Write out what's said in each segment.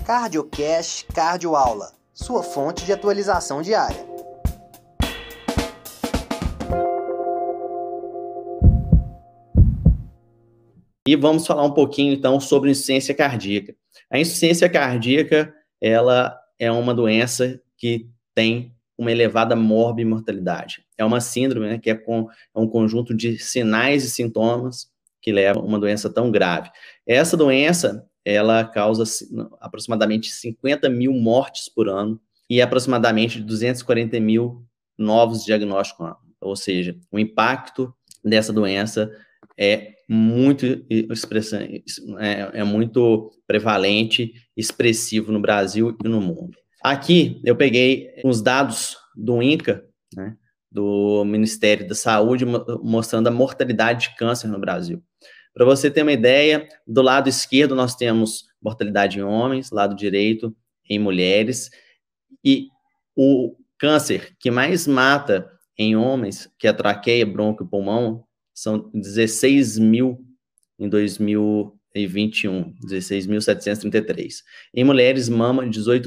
CardioCast Cardioaula, sua fonte de atualização diária. E vamos falar um pouquinho, então, sobre insuficiência cardíaca. A insuficiência cardíaca, ela é uma doença que tem uma elevada morbimortalidade. É uma síndrome, né, que é um conjunto de sinais e sintomas que levam a uma doença tão grave. Essa doença, ela causa aproximadamente 50 mil mortes por ano e aproximadamente 240 mil novos diagnósticos por ano. Ou seja, o impacto dessa doença é muito muito prevalente, expressivo no Brasil e no mundo. Aqui eu peguei uns dados do INCA, né, do Ministério da Saúde, mostrando a mortalidade de câncer no Brasil. Para você ter uma ideia, do lado esquerdo nós temos mortalidade em homens, lado direito em mulheres, e o câncer que mais mata em homens, que é a traqueia, bronco e pulmão, são 16 mil em 2021, 16.733. Em mulheres, mama,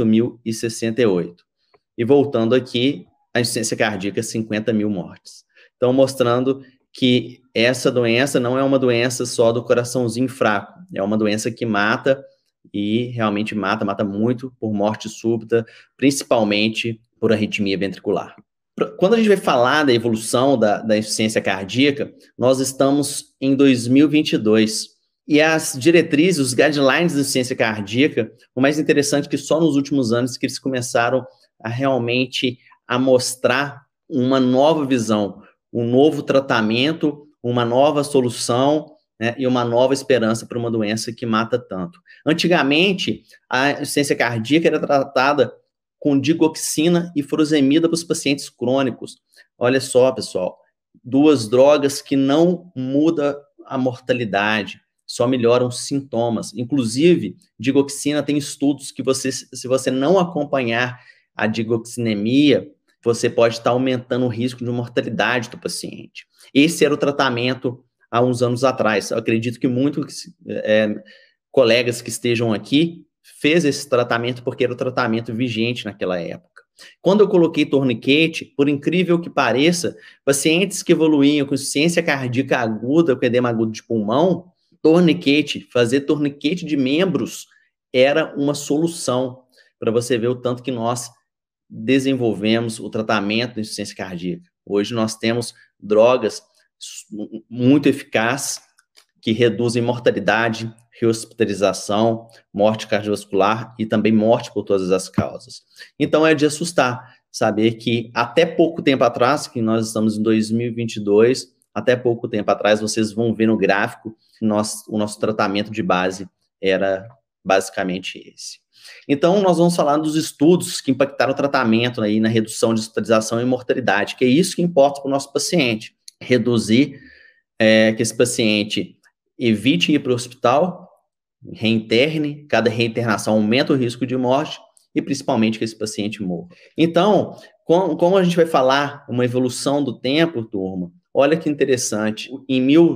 18.068. E voltando aqui, a insuficiência cardíaca, 50 mil mortes. Então, mostrando que essa doença não é uma doença só do coraçãozinho fraco, é uma doença que mata, e realmente mata muito por morte súbita, principalmente por arritmia ventricular. Quando a gente vai falar da evolução da insuficiência cardíaca, nós estamos em 2022. E as diretrizes, os guidelines da insuficiência cardíaca, o mais interessante é que só nos últimos anos que eles começaram a realmente a mostrar uma nova visão, um novo tratamento, uma nova solução, né, e uma nova esperança para uma doença que mata tanto. Antigamente, a insuficiência cardíaca era tratada com digoxina e furosemida para os pacientes crônicos. Olha só, pessoal, duas drogas que não mudam a mortalidade, só melhoram os sintomas. Inclusive, digoxina tem estudos que se você não acompanhar a digoxinemia, você pode estar aumentando o risco de mortalidade do paciente. Esse era o tratamento há uns anos atrás. Eu acredito que muitos colegas que estejam aqui fez esse tratamento porque era o tratamento vigente naquela época. Quando eu coloquei torniquete, por incrível que pareça, pacientes que evoluíam com insuficiência cardíaca aguda, com edema agudo de pulmão, fazer torniquete de membros era uma solução, para você ver o tanto que nós desenvolvemos o tratamento da insuficiência cardíaca. Hoje nós temos drogas muito eficazes que reduzem mortalidade, rehospitalização, morte cardiovascular e também morte por todas as causas. Então é de assustar saber que até pouco tempo atrás, que nós estamos em 2022, até pouco tempo atrás, vocês vão ver no gráfico, o nosso tratamento de base era basicamente esse. Então, nós vamos falar dos estudos que impactaram o tratamento aí na redução de hospitalização e mortalidade, que é isso que importa para o nosso paciente. Reduzir, que esse paciente evite ir para o hospital, reinterne, cada reinternação aumenta o risco de morte e principalmente que esse paciente morra. Então, como a gente vai falar uma evolução do tempo, turma, olha que interessante, em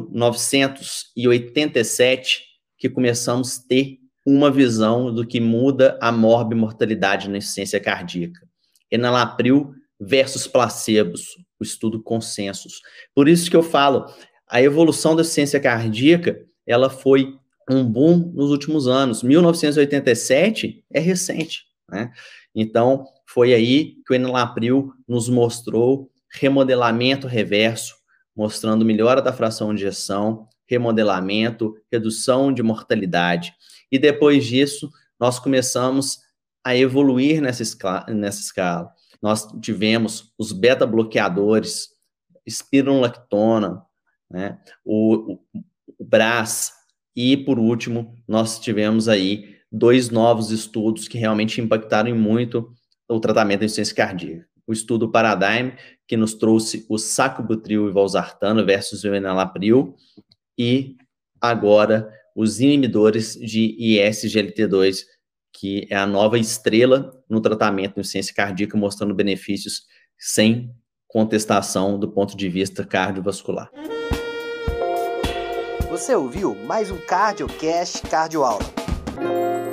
1987 que começamos a ter uma visão do que muda a morbimortalidade na insuficiência cardíaca. Enalapril versus placebos, o estudo consensus. Por isso que eu falo, a evolução da insuficiência cardíaca, ela foi um boom nos últimos anos. 1987 é recente, né? Então, foi aí que o enalapril nos mostrou remodelamento reverso, mostrando melhora da fração de ejeção, remodelamento, redução de mortalidade. E depois disso, nós começamos a evoluir nessa escala. Nós tivemos os beta-bloqueadores, espironolactona, né, o BRAS, e por último, nós tivemos aí 2 novos estudos que realmente impactaram muito o tratamento da insuficiência cardíaca. O estudo Paradigm, que nos trouxe o sacubitril e valsartano versus o enalapril, e agora os inibidores de IS-GLT2, que é a nova estrela no tratamento da insuficiência cardíaca, mostrando benefícios sem contestação do ponto de vista cardiovascular. Você ouviu mais um CardioCast Cardioaula.